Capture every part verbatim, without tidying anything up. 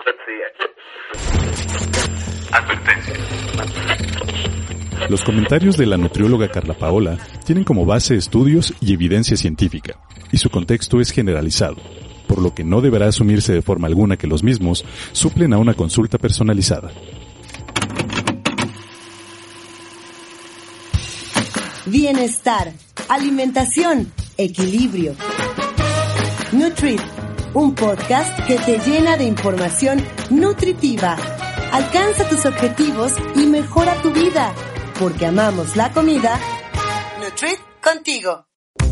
Advertencia. Los comentarios de la nutrióloga Carla Paola tienen como base estudios y evidencia científica, y su contexto es generalizado, por lo que no deberá asumirse de forma alguna que los mismos suplen a una consulta personalizada. Bienestar, alimentación, equilibrio. Nutrit, un podcast que te llena de información nutritiva. Alcanza tus objetivos y mejora tu vida, porque amamos la comida. Nutrit contigo.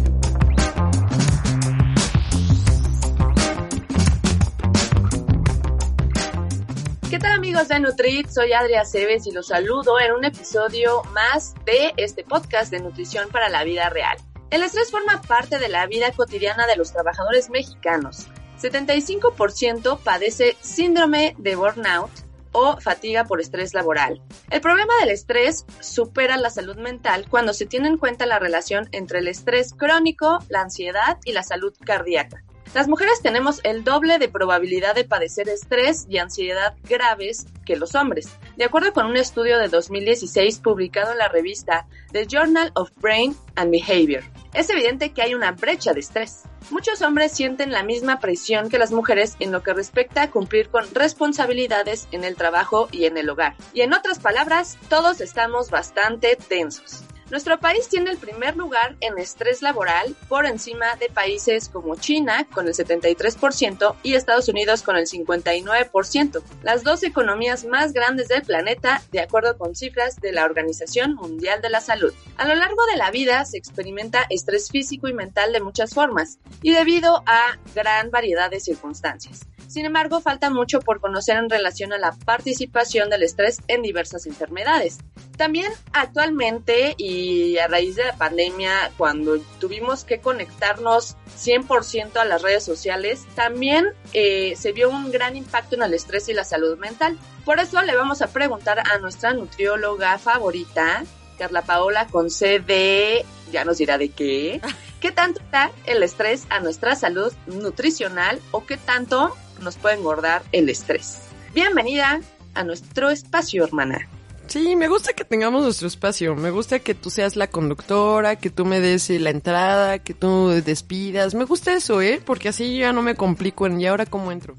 ¿Qué tal, amigos de Nutrit? Soy Adria Cebes y los saludo en un episodio más de este podcast de nutrición para la vida real. El estrés forma parte de la vida cotidiana de los trabajadores mexicanos. setenta y cinco por ciento padece síndrome de burnout o fatiga por estrés laboral. El problema del estrés supera la salud mental cuando se tiene en cuenta la relación entre el estrés crónico, la ansiedad y la salud cardíaca. Las mujeres tenemos el doble de probabilidad de padecer estrés y ansiedad graves que los hombres, de acuerdo con un estudio de dos mil dieciséis publicado en la revista The Journal of Brain and Behavior. Es evidente que hay una brecha de estrés. Muchos hombres sienten la misma presión que las mujeres en lo que respecta a cumplir con responsabilidades en el trabajo y en el hogar. Y en otras palabras, todos estamos bastante tensos. Nuestro país tiene el primer lugar en estrés laboral por encima de países como China con el setenta y tres por ciento y Estados Unidos con el cincuenta y nueve por ciento, las dos economías más grandes del planeta de acuerdo con cifras de la Organización Mundial de la Salud. A lo largo de la vida se experimenta estrés físico y mental de muchas formas y debido a gran variedad de circunstancias. Sin embargo, falta mucho por conocer en relación a la participación del estrés en diversas enfermedades. También actualmente y a raíz de la pandemia, cuando tuvimos que conectarnos cien por ciento a las redes sociales, también eh, se vio un gran impacto en el estrés y la salud mental. Por eso le vamos a preguntar a nuestra nutrióloga favorita, Carla Paola con C de... ya nos dirá de qué. ¿Qué tanto da el estrés a nuestra salud nutricional o qué tanto nos puede engordar el estrés? Bienvenida a nuestro espacio, hermana. Sí, me gusta que tengamos nuestro espacio, me gusta que tú seas la conductora, que tú me des la entrada, que tú despidas, me gusta eso, ¿eh? Porque así ya no me complico en ¿y ahora cómo entro?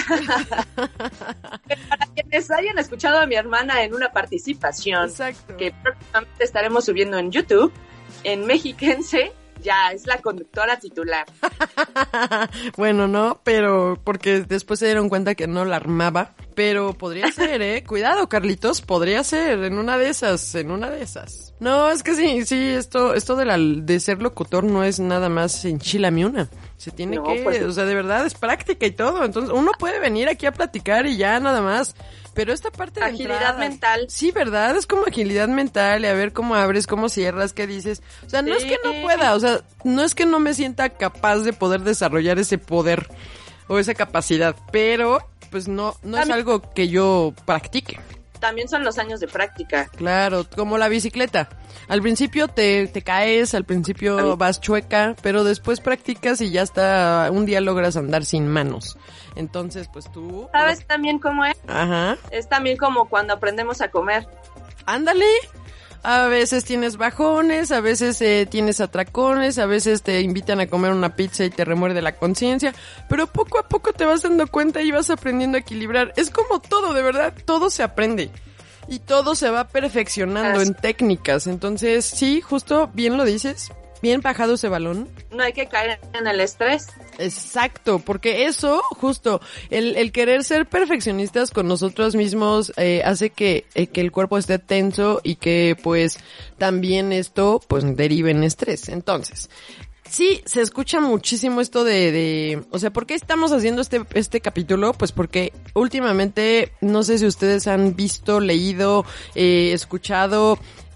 Para quienes hayan escuchado a mi hermana en una participación, exacto, que próximamente estaremos subiendo en YouTube, en Mexiquense, ya es la conductora titular. Bueno, no, pero porque después se dieron cuenta que no la armaba, pero podría ser, ¿eh? Cuidado, Carlitos, podría ser en una de esas, en una de esas. No, es que sí, sí, esto esto de, la, de ser locutor no es nada más enchilame una. Se tiene no, que, pues, o sea, de verdad es práctica y todo, entonces uno puede venir aquí a platicar y ya nada más. Pero esta parte de agilidad entradas, mental. Sí, ¿verdad? Es como agilidad mental y a ver cómo abres, cómo cierras, qué dices. O sea, no sí. es que no pueda, o sea, no es que no me sienta capaz de poder desarrollar ese poder o esa capacidad, pero pues no no es algo que yo practique. También son los años de práctica. Claro, como la bicicleta. Al principio te, te caes, al principio vas chueca, pero después practicas y ya hasta un día logras andar sin manos. Entonces, pues tú... ¿Sabes también cómo es? Ajá. Es también como cuando aprendemos a comer. ¡Ándale! A veces tienes bajones, a veces eh, tienes atracones, a veces te invitan a comer una pizza y te remuerde la conciencia, pero poco a poco te vas dando cuenta y vas aprendiendo a equilibrar. Es como todo, de verdad, todo se aprende y todo se va perfeccionando en técnicas. Entonces, sí, justo bien lo dices, bien bajado ese balón. No hay que caer en el estrés. Exacto, porque eso, justo, el, el querer ser perfeccionistas con nosotros mismos eh, hace que, eh, que el cuerpo esté tenso y que pues también esto pues derive en estrés. Entonces, sí, se escucha muchísimo esto de, de, o sea, ¿por qué estamos haciendo este, este capítulo? Pues porque últimamente, no sé si ustedes han visto, leído, eh, escuchado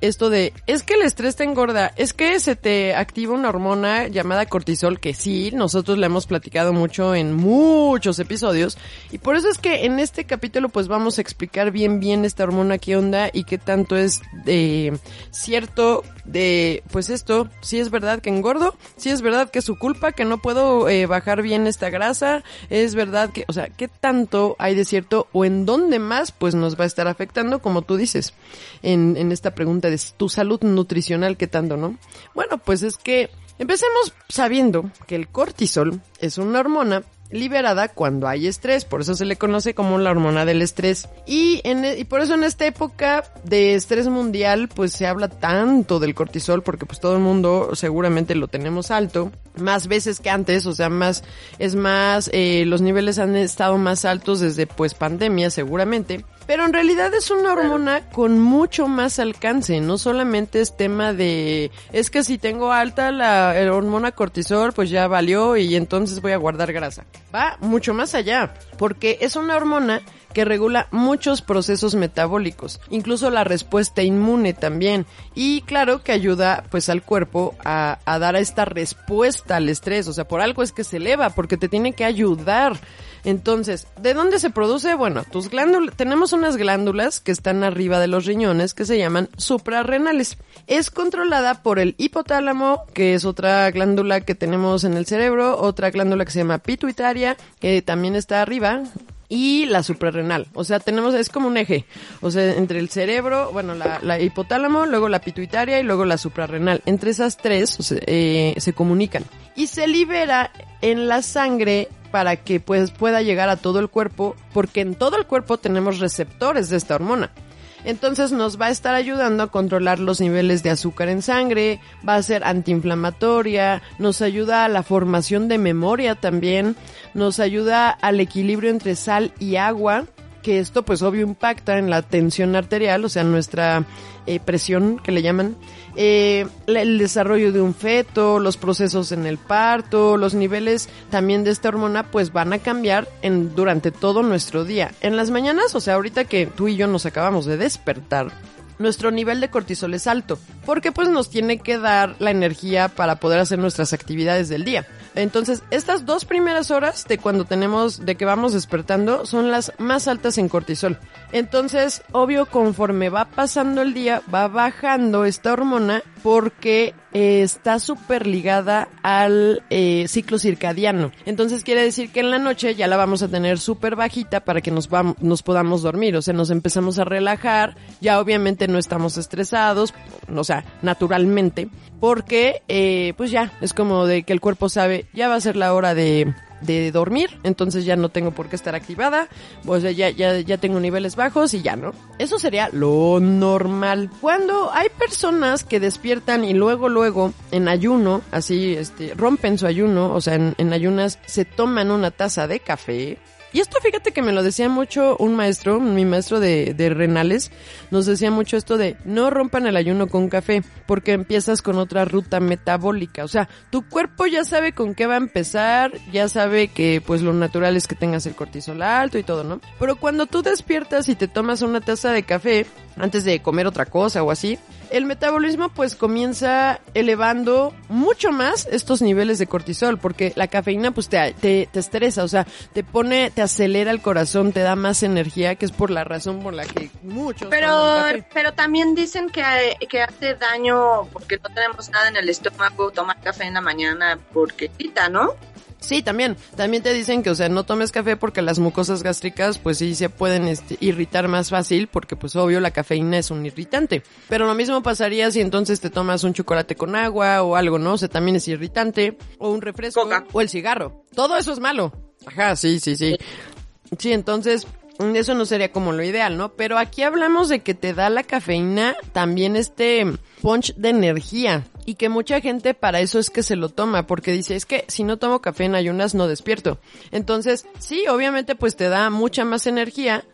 esto de, es que el estrés te engorda, es que se te activa una hormona llamada cortisol, que sí, nosotros la hemos platicado mucho en muchos episodios, y por eso es que en este capítulo pues vamos a explicar bien bien esta hormona, qué onda y qué tanto es eh, cierto de, pues esto, si es verdad que engordo, si es verdad que es su culpa, que no puedo eh, bajar bien esta grasa, es verdad que, o sea, qué tanto hay de cierto o en dónde más pues nos va a estar afectando, como tú dices, en, en esta pregunta de tu salud nutricional, qué tanto, ¿no? Bueno, pues es que empecemos sabiendo que el cortisol es una hormona liberada cuando hay estrés, por eso se le conoce como la hormona del estrés. Y, en, y por eso en esta época de estrés mundial, pues se habla tanto del cortisol, porque pues todo el mundo seguramente lo tenemos alto, más veces que antes, o sea, más, es más, eh, los niveles han estado más altos desde pues pandemia seguramente. Pero en realidad es una hormona con mucho más alcance, no solamente es tema de, es que si tengo alta la, la hormona cortisol, pues ya valió y entonces voy a guardar grasa. Va mucho más allá, porque es una hormona que regula muchos procesos metabólicos, incluso la respuesta inmune también, y claro que ayuda pues al cuerpo a, a dar esta respuesta al estrés, o sea, por algo es que se eleva, porque te tiene que ayudar. Entonces, ¿de dónde se produce? Bueno, tus glándulas, tenemos unas glándulas que están arriba de los riñones que se llaman suprarrenales. Es controlada por el hipotálamo, que es otra glándula que tenemos en el cerebro, otra glándula que se llama pituitaria, que también está arriba, y la suprarrenal. O sea, tenemos, es como un eje. O sea, entre el cerebro, bueno, la, la hipotálamo, luego la pituitaria y luego la suprarrenal. Entre esas tres, o sea, eh, se comunican. Y se libera en la sangre para que pues pueda llegar a todo el cuerpo, porque en todo el cuerpo tenemos receptores de esta hormona. Entonces nos va a estar ayudando a controlar los niveles de azúcar en sangre, va a ser antiinflamatoria, nos ayuda a la formación de memoria también, nos ayuda al equilibrio entre sal y agua, que esto pues obvio impacta en la tensión arterial, o sea, nuestra eh, presión que le llaman, eh, el desarrollo de un feto, los procesos en el parto, los niveles también de esta hormona pues van a cambiar en, durante todo nuestro día. En las mañanas, o sea, ahorita que tú y yo nos acabamos de despertar, nuestro nivel de cortisol es alto, porque pues nos tiene que dar la energía para poder hacer nuestras actividades del día. Entonces, estas dos primeras horas de cuando tenemos, de que vamos despertando, son las más altas en cortisol. Entonces, obvio, conforme va pasando el día, va bajando esta hormona porque eh, está súper ligada al eh, ciclo circadiano. Entonces, quiere decir que en la noche ya la vamos a tener súper bajita para que nos, va, nos podamos dormir. O sea, nos empezamos a relajar, ya obviamente no estamos estresados, o sea, naturalmente, porque eh, pues ya, es como de que el cuerpo sabe, ya va a ser la hora de... de dormir, entonces ya no tengo por qué estar activada, pues ya, ya, ya tengo niveles bajos y ya, ¿no? Eso sería lo normal. Cuando hay personas que despiertan y luego, luego, en ayuno, así, este, rompen su ayuno, o sea, en, en ayunas, se toman una taza de café. Y esto fíjate que me lo decía mucho un maestro, mi maestro de, de renales, nos decía mucho esto de no rompan el ayuno con café, porque empiezas con otra ruta metabólica. O sea, tu cuerpo ya sabe con qué va a empezar, ya sabe que pues lo natural es que tengas el cortisol alto y todo, ¿no? Pero cuando tú despiertas y te tomas una taza de café, antes de comer otra cosa o así, el metabolismo pues comienza elevando mucho más estos niveles de cortisol, porque la cafeína pues te, te, te estresa, o sea, te pone, te acelera el corazón, te da más energía, que es por la razón por la que muchos pero toman café. Pero también dicen que, que hace daño porque no tenemos nada en el estómago tomar café en la mañana porque quita, ¿no? Sí, también, también te dicen que, o sea, no tomes café porque las mucosas gástricas, pues sí se pueden este, irritar más fácil, porque pues obvio la cafeína es un irritante. Pero lo mismo pasaría si entonces te tomas un chocolate con agua o algo, ¿no? O sea, también es irritante, o un refresco, Coca. O el cigarro. Todo eso es malo. Ajá, sí, sí, sí. Sí, entonces, eso no sería como lo ideal, ¿no? Pero aquí hablamos de que te da la cafeína también este punch de energía. Y que mucha gente para eso es que se lo toma, porque dice, es que si no tomo café en ayunas no despierto. Entonces, sí, obviamente pues te da mucha más energía,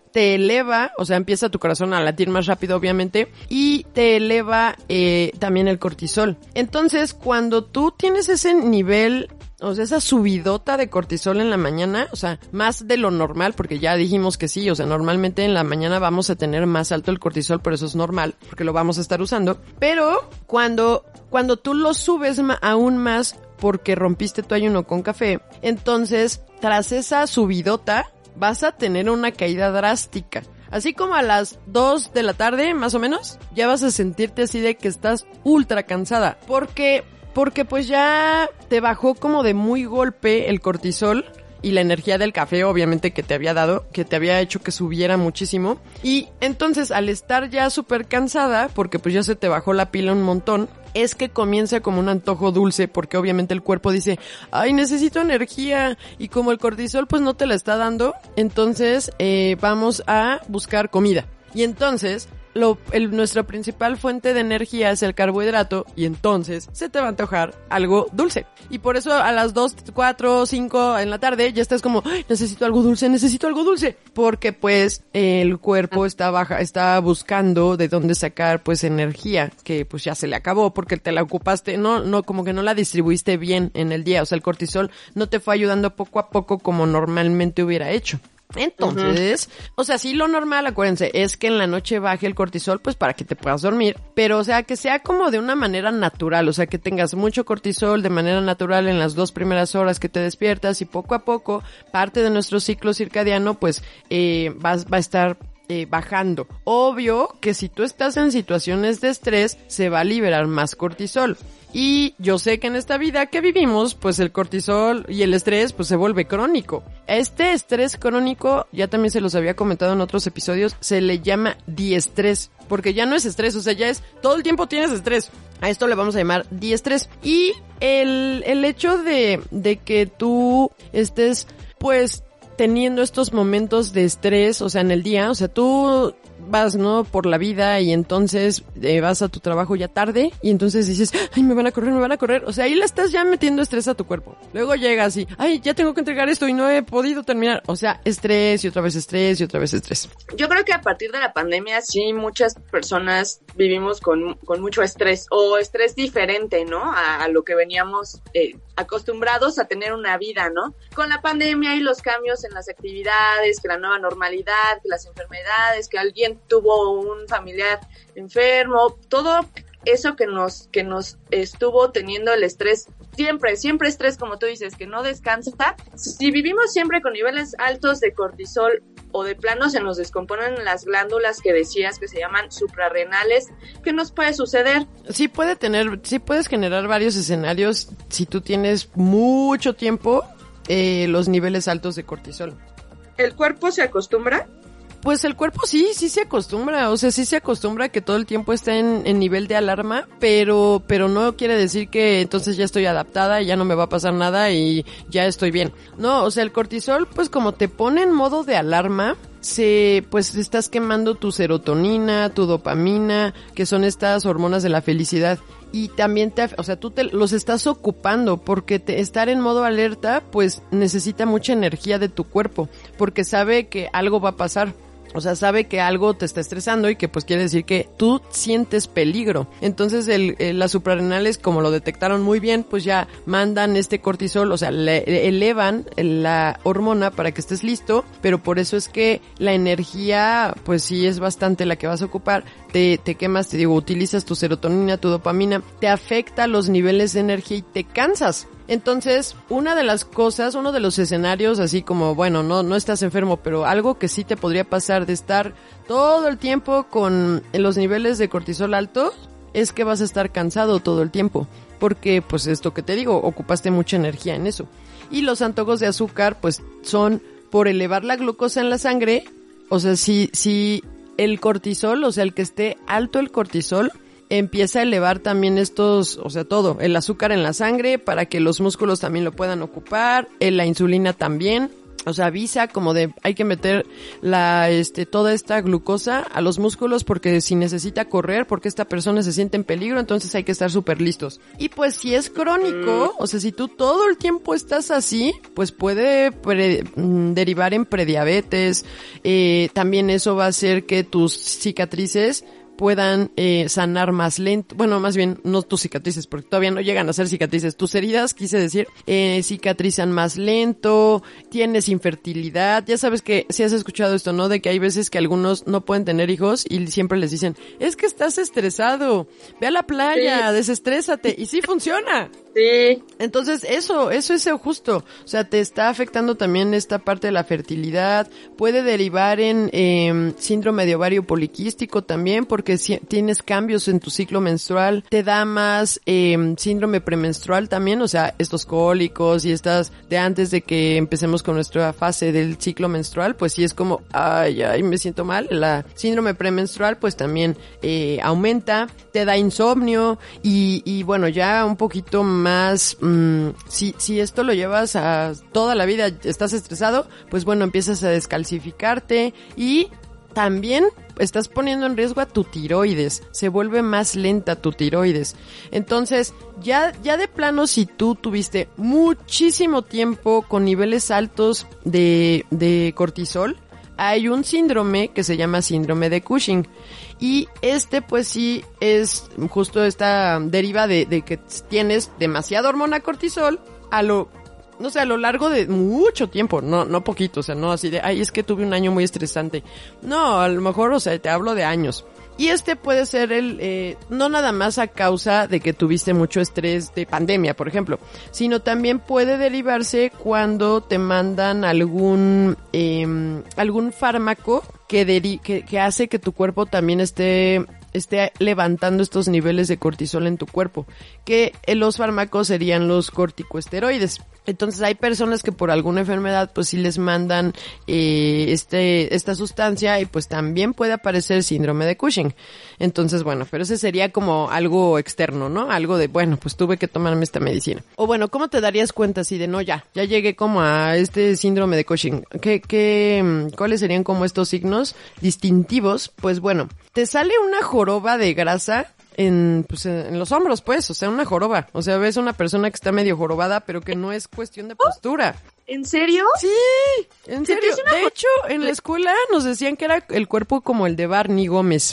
te eleva, o sea, empieza tu corazón a latir más rápido, obviamente, y te eleva eh, también el cortisol. Entonces, cuando tú tienes ese nivel, o sea, esa subidota de cortisol en la mañana, o sea, más de lo normal, porque ya dijimos que sí, o sea, normalmente en la mañana vamos a tener más alto el cortisol, pero eso es normal, porque lo vamos a estar usando. Pero cuando, cuando tú lo subes ma- aún más porque rompiste tu ayuno con café, entonces, tras esa subidota, vas a tener una caída drástica. Así como a las dos de la tarde, más o menos, ya vas a sentirte así de que estás ultra cansada. Porque... Porque pues ya te bajó como de muy golpe el cortisol y la energía del café, obviamente, que te había dado, que te había hecho que subiera muchísimo. Y entonces, al estar ya súper cansada, porque pues ya se te bajó la pila un montón, es que comienza como un antojo dulce, porque obviamente el cuerpo dice, ay, necesito energía, y como el cortisol pues no te la está dando, entonces eh, vamos a buscar comida. Y entonces... Lo, el, nuestra principal fuente de energía es el carbohidrato y entonces se te va a antojar algo dulce. Y por eso a las dos, cuatro, cinco en la tarde ya estás como, ¡ay, necesito algo dulce, necesito algo dulce! Porque pues el cuerpo está baja, está buscando de dónde sacar pues energía que pues ya se le acabó porque te la ocupaste, no, no, como que no la distribuiste bien en el día. O sea, el cortisol no te fue ayudando poco a poco como normalmente hubiera hecho. Entonces, uh-huh. o sea, sí, lo normal, acuérdense, es que en la noche baje el cortisol, pues para que te puedas dormir, pero o sea, que sea como de una manera natural, o sea, que tengas mucho cortisol de manera natural en las dos primeras horas que te despiertas y poco a poco, parte de nuestro ciclo circadiano, pues, eh, va, va a estar Eh, bajando. Obvio que si tú estás en situaciones de estrés, se va a liberar más cortisol. Y yo sé que en esta vida que vivimos, pues el cortisol y el estrés, pues se vuelve crónico. Este estrés crónico, ya también se los había comentado en otros episodios, se le llama diestrés. Porque ya no es estrés, o sea, ya es, todo el tiempo tienes estrés. A esto le vamos a llamar diestrés. Y el, el hecho de, de que tú estés, pues, teniendo estos momentos de estrés, o sea, en el día, o sea, tú vas, ¿no?, por la vida y entonces eh, vas a tu trabajo ya tarde y entonces dices, ay, me van a correr, me van a correr, o sea, ahí le estás ya metiendo estrés a tu cuerpo. Luego llegas y, ay, ya tengo que entregar esto y no he podido terminar, o sea, estrés y otra vez estrés y otra vez estrés. Yo creo que a partir de la pandemia sí muchas personas vivimos con, con mucho estrés o estrés diferente, ¿no?, a, a lo que veníamos eh, acostumbrados a tener una vida, ¿no? Con la pandemia y los cambios en las actividades, que la nueva normalidad, que las enfermedades, que alguien tuvo un familiar enfermo, todo eso que nos que nos estuvo teniendo el estrés, siempre, siempre estrés, como tú dices, que no descansa. Si vivimos siempre con niveles altos de cortisol o de plano se nos descomponen las glándulas que decías que se llaman suprarrenales, ¿qué nos puede suceder? Sí puede tener, sí puedes generar varios escenarios si tú tienes mucho tiempo eh, los niveles altos de cortisol. ¿El cuerpo se acostumbra? Pues el cuerpo sí, sí se acostumbra, o sea, sí se acostumbra a que todo el tiempo está en, en nivel de alarma, pero, pero no quiere decir que entonces ya estoy adaptada y ya no me va a pasar nada y ya estoy bien. No, o sea, el cortisol, pues como te pone en modo de alarma, se, pues estás quemando tu serotonina, tu dopamina, que son estas hormonas de la felicidad. Y también te, o sea, tú te los estás ocupando porque te, estar en modo alerta, pues necesita mucha energía de tu cuerpo, porque sabe que algo va a pasar. O sea, sabe que algo te está estresando y que pues quiere decir que tú sientes peligro. Entonces el, el, las suprarrenales, como lo detectaron muy bien, pues ya mandan este cortisol, o sea, le, elevan la hormona para que estés listo, pero por eso es que la energía, pues sí es bastante la que vas a ocupar. Te, te quemas, te digo, utilizas tu serotonina, tu dopamina, te afecta los niveles de energía y te cansas. Entonces, una de las cosas, uno de los escenarios, así como, bueno, no, no estás enfermo, pero algo que sí te podría pasar de estar todo el tiempo con los niveles de cortisol altos, es que vas a estar cansado todo el tiempo. Porque, pues, esto que te digo, ocupaste mucha energía en eso. Y los antojos de azúcar, pues, son por elevar la glucosa en la sangre. O sea, si, si el cortisol, o sea, el que esté alto el cortisol, empieza a elevar también estos, o sea, todo, el azúcar en la sangre para que los músculos también lo puedan ocupar, la insulina también. O sea, avisa como de hay que meter la este toda esta glucosa a los músculos porque si necesita correr, porque esta persona se siente en peligro, entonces hay que estar súper listos. Y pues si es crónico, o sea, si tú todo el tiempo estás así, pues puede pre- derivar en prediabetes. Eh, también eso va a hacer que tus cicatrices puedan eh, sanar más lento, bueno, más bien no tus cicatrices, porque todavía no llegan a ser cicatrices, tus heridas, quise decir, eh, cicatrizan más lento, tienes infertilidad, ya sabes que si has escuchado esto, ¿no? De que hay veces que algunos no pueden tener hijos y siempre les dicen, es que estás estresado, ve a la playa, sí. Desestrésate, y sí funciona. Sí. Entonces, eso, eso es justo. O sea, te está afectando también esta parte de la fertilidad. Puede derivar en eh, síndrome de ovario poliquístico también, porque si tienes cambios en tu ciclo menstrual. Te da más eh, síndrome premenstrual también, o sea, estos cólicos y estas de antes de que empecemos con nuestra fase del ciclo menstrual, pues sí es como, ay, ay, me siento mal. La síndrome premenstrual, pues también eh, aumenta. Te da insomnio y, y bueno, ya un poquito más más, mmm, si, si esto lo llevas a toda la vida, estás estresado, pues bueno, empiezas a descalcificarte y también estás poniendo en riesgo a tu tiroides, se vuelve más lenta tu tiroides. Entonces, ya, ya de plano, si tú tuviste muchísimo tiempo con niveles altos de, de cortisol, hay un síndrome que se llama síndrome de Cushing. Y este pues sí es justo esta deriva de, de que tienes demasiada hormona cortisol a lo, no sé, a lo largo de mucho tiempo, no, no poquito, o sea, no así de, ay, es que tuve un año muy estresante. No, a lo mejor, o sea, te hablo de años. Y este puede ser el, eh, no nada más a causa de que tuviste mucho estrés de pandemia, por ejemplo, sino también puede derivarse cuando te mandan algún, eh, algún fármaco que, deri- que, que hace que tu cuerpo también esté, esté levantando estos niveles de cortisol en tu cuerpo, que eh, los fármacos serían los corticosteroides. Entonces hay personas que por alguna enfermedad pues sí les mandan eh, este esta sustancia y pues también puede aparecer síndrome de Cushing. Entonces bueno, pero ese sería como algo externo, ¿no? Algo de, bueno, pues tuve que tomarme esta medicina. O bueno, ¿cómo te darías cuenta así de, no, ya, ya llegué como a este síndrome de Cushing? ¿Qué, qué, cuáles serían como estos signos distintivos? Pues bueno, te sale una joroba de grasa en, pues, en los hombros, pues, o sea, una joroba. O sea, ves una persona que está medio jorobada, pero que no es cuestión de postura. ¿En serio? Sí, en serio. De hecho, en la escuela nos decían que era el cuerpo como el de Barney Gómez.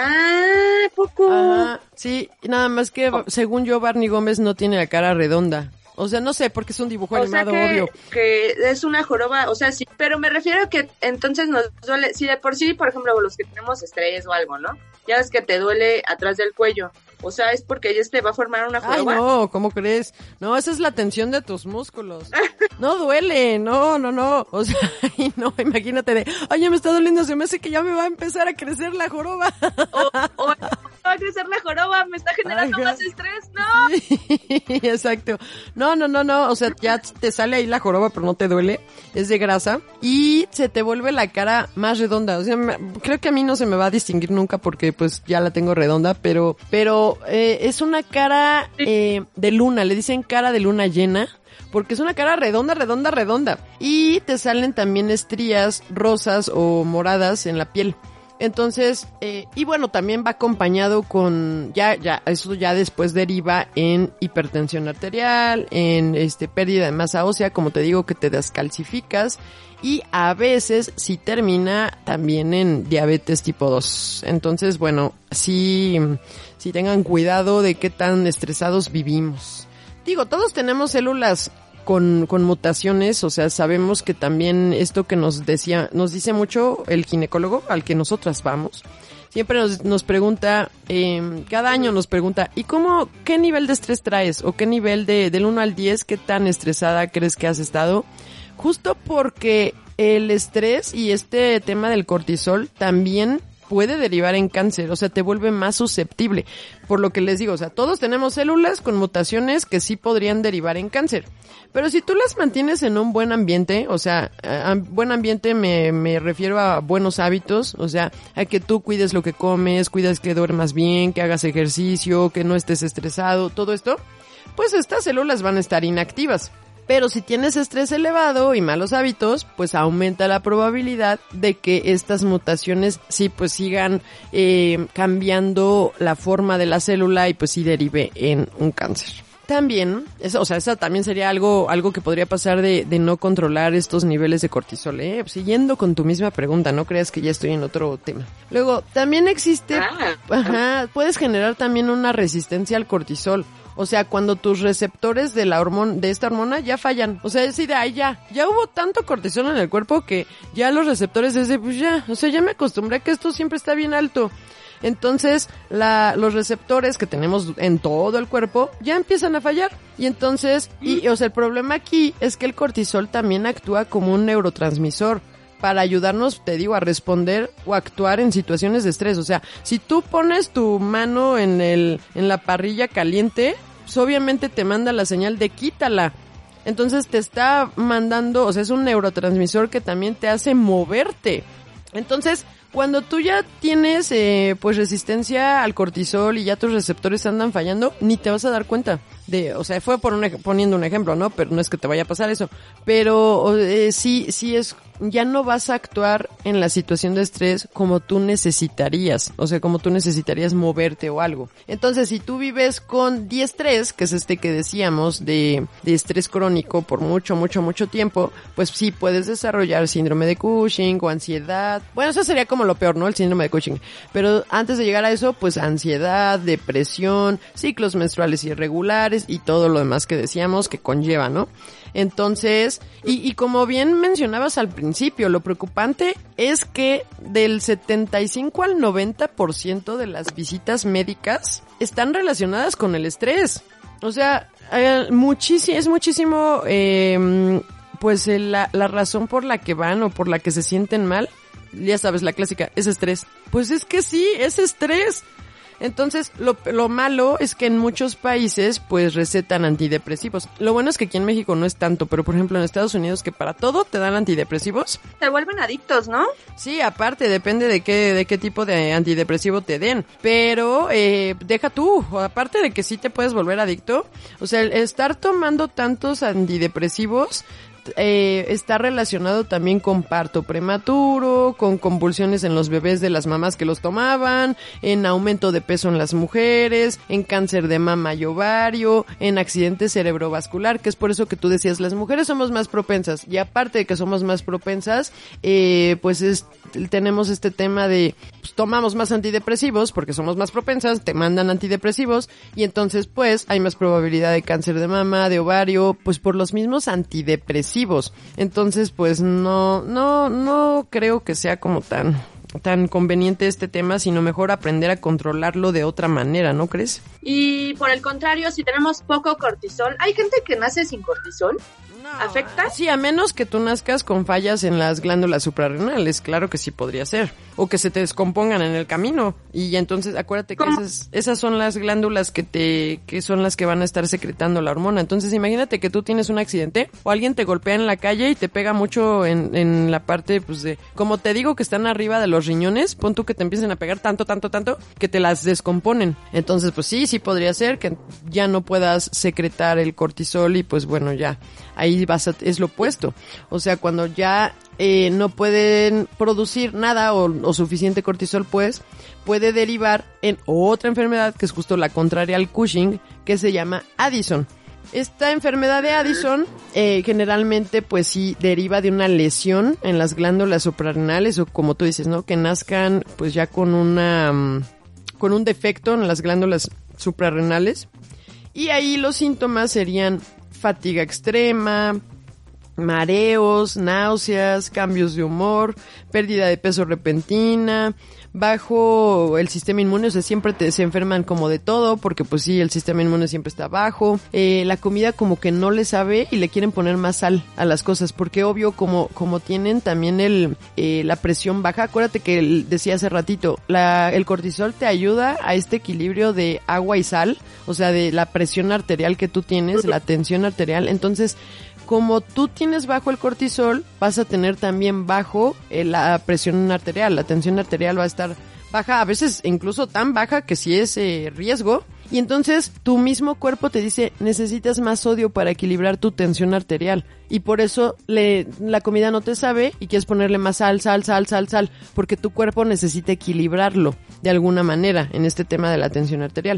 Ah, poco. Ajá, sí, nada más que, oh. según yo, Barney Gómez no tiene la cara redonda. O sea, no sé, porque es un dibujo o animado, sea que, obvio. que es una joroba, o sea, sí, pero me refiero a que entonces nos duele, si de por sí, por ejemplo, los que tenemos estrés o algo, ¿no? Ya ves que te duele atrás del cuello. O sea, es porque ya te va a formar una joroba. Ay, no, ¿cómo crees? No, esa es la tensión de tus músculos. No duele, no, no, no. O sea, ay, no, imagínate de, ay, ya me está doliendo, se me hace que ya me va a empezar a crecer la joroba. O, o va a crecer la joroba, me está generando Ajá. más estrés, no. Sí, exacto. No, no, no, no, o sea, ya te sale ahí la joroba, pero no te duele, es de grasa y se te vuelve la cara más redonda. O sea, me, creo que a mí no se me va a distinguir nunca porque pues ya la tengo redonda, pero, pero eh, es una cara eh, de luna, le dicen cara de luna llena. Porque es una cara redonda, redonda, redonda. Y te salen también estrías rosas o moradas en la piel. Entonces, eh, y bueno, también va acompañado con, ya, ya, eso ya después deriva en hipertensión arterial, en este pérdida de masa ósea, como te digo, que te descalcificas. Y a veces sí termina también en diabetes tipo dos. Entonces, bueno, sí, sí tengan cuidado de qué tan estresados vivimos. Digo, todos tenemos células con, con mutaciones, o sea, sabemos que también esto que nos decía, nos dice mucho el ginecólogo al que nosotras vamos, siempre nos, nos pregunta, eh, cada año nos pregunta, ¿y cómo, qué nivel de estrés traes? O qué nivel de, del uno al diez, qué tan estresada crees que has estado? Justo porque el estrés y este tema del cortisol también puede derivar en cáncer, o sea, te vuelve más susceptible. Por lo que les digo, o sea, todos tenemos células con mutaciones que sí podrían derivar en cáncer. Pero si tú las mantienes en un buen ambiente, o sea, a buen ambiente me, me refiero a buenos hábitos, o sea, a que tú cuides lo que comes, cuidas que duermas bien, que hagas ejercicio, que no estés estresado, todo esto, pues estas células van a estar inactivas. Pero si tienes estrés elevado y malos hábitos, pues aumenta la probabilidad de que estas mutaciones sí pues sigan eh, cambiando la forma de la célula y pues sí derive en un cáncer. También, eso, o sea, esa también sería algo algo que podría pasar de, de no controlar estos niveles de cortisol, ¿eh? Siguiendo con tu misma pregunta, no creas que ya estoy en otro tema. Luego, también existe, Ah. ajá, puedes generar también una resistencia al cortisol. O sea, cuando tus receptores de la hormona, de esta hormona ya fallan. O sea, es decir, ay, ya, ya hubo tanto cortisol en el cuerpo que ya los receptores desde, pues ya, o sea, ya me acostumbré a que esto siempre está bien alto. Entonces, la, los receptores que tenemos en todo el cuerpo ya empiezan a fallar. Y entonces, y, o sea, el problema aquí es que el cortisol también actúa como un neurotransmisor para ayudarnos, te digo, a responder o actuar en situaciones de estrés. O sea, si tú pones tu mano en el, en la parrilla caliente, pues obviamente te manda la señal de quítala. Entonces te está mandando, o sea, es un neurotransmisor que también te hace moverte. Entonces, cuando tú ya tienes eh, pues resistencia al cortisol y ya tus receptores andan fallando, ni te vas a dar cuenta de, o sea, fue por un, poniendo un ejemplo, ¿no? Pero no es que te vaya a pasar eso, pero eh, sí, sí es, ya no vas a actuar en la situación de estrés como tú necesitarías, o sea, como tú necesitarías moverte o algo. Entonces, si tú vives con diestrés, que es este que decíamos de, de estrés crónico por mucho, mucho, mucho tiempo, pues sí puedes desarrollar síndrome de Cushing o ansiedad. Bueno, eso sería como lo peor, ¿no? El síndrome de Cushing. Pero antes de llegar a eso, pues ansiedad, depresión, ciclos menstruales irregulares y todo lo demás que decíamos que conlleva, ¿no? Entonces, y, y como bien mencionabas al principio, lo preocupante es que del setenta y cinco al noventa por ciento de las visitas médicas están relacionadas con el estrés. O sea, eh, muchísimo, es muchísimo, eh, pues eh, la, la razón por la que van o por la que se sienten mal. Ya sabes, la clásica, es estrés. Pues es que sí, es estrés. Entonces, lo, lo malo es que en muchos países, pues, recetan antidepresivos. Lo bueno es que aquí en México no es tanto, pero por ejemplo en Estados Unidos, que para todo te dan antidepresivos. Se vuelven adictos, ¿no? Sí, aparte, depende de qué, de qué tipo de antidepresivo te den. Pero, eh, deja tú, aparte de que sí te puedes volver adicto, o sea, el estar tomando tantos antidepresivos Eh, está relacionado también con parto prematuro, con convulsiones en los bebés de las mamás que los tomaban, en aumento de peso en las mujeres, en cáncer de mama y ovario, en accidente cerebrovascular, que es por eso que tú decías, las mujeres somos más propensas, y aparte de que somos más propensas, eh, pues es, tenemos este tema de, pues, tomamos más antidepresivos porque somos más propensas, te mandan antidepresivos, y entonces pues hay más probabilidad de cáncer de mama, de ovario, pues por los mismos antidepresivos. Entonces, pues no, no, no creo que sea como tan, tan conveniente este tema, sino mejor aprender a controlarlo de otra manera, ¿no crees? Y por el contrario, si tenemos poco cortisol, ¿hay gente que nace sin cortisol? No. ¿Afecta? Sí, a menos que tú nazcas con fallas en las glándulas suprarrenales, claro que sí podría ser. O que se te descompongan en el camino. Y entonces, acuérdate que esas, esas son las glándulas que te, que son las que van a estar secretando la hormona. Entonces, imagínate que tú tienes un accidente o alguien te golpea en la calle y te pega mucho en, en la parte, pues de, como te digo que están arriba de los riñones, pon tú que te empiecen a pegar tanto, tanto, tanto, que te las descomponen. Entonces, pues sí, sí podría ser que ya no puedas secretar el cortisol y pues bueno, ya, ahí vas a, es lo opuesto. O sea, cuando ya eh, no pueden producir nada o, o suficiente cortisol, pues puede derivar en otra enfermedad que es justo la contraria al Cushing, que se llama Addison. Esta enfermedad de Addison eh, generalmente pues sí deriva de una lesión en las glándulas suprarrenales o como tú dices, ¿no? Que nazcan pues ya con una um, con un defecto en las glándulas suprarrenales y ahí los síntomas serían fatiga extrema, mareos, náuseas, cambios de humor, pérdida de peso repentina, bajo el sistema inmune, o sea, siempre te, se enferman como de todo, porque pues sí, el sistema inmune siempre está bajo, eh, la comida como que no le sabe y le quieren poner más sal a las cosas, porque obvio, como, como tienen también el, eh, la presión baja, acuérdate que el, decía hace ratito, la, el cortisol te ayuda a este equilibrio de agua y sal, o sea, de la presión arterial que tú tienes, la tensión arterial, entonces, como tú tienes bajo el cortisol, vas a tener también bajo eh, la presión arterial, la tensión arterial va a estar baja, a veces incluso tan baja que sí es eh, riesgo, Y entonces tu mismo cuerpo te dice, necesitas más sodio para equilibrar tu tensión arterial. Y por eso le, la comida no te sabe y quieres ponerle más sal, sal, sal, sal, sal, porque tu cuerpo necesita equilibrarlo de alguna manera en este tema de la tensión arterial.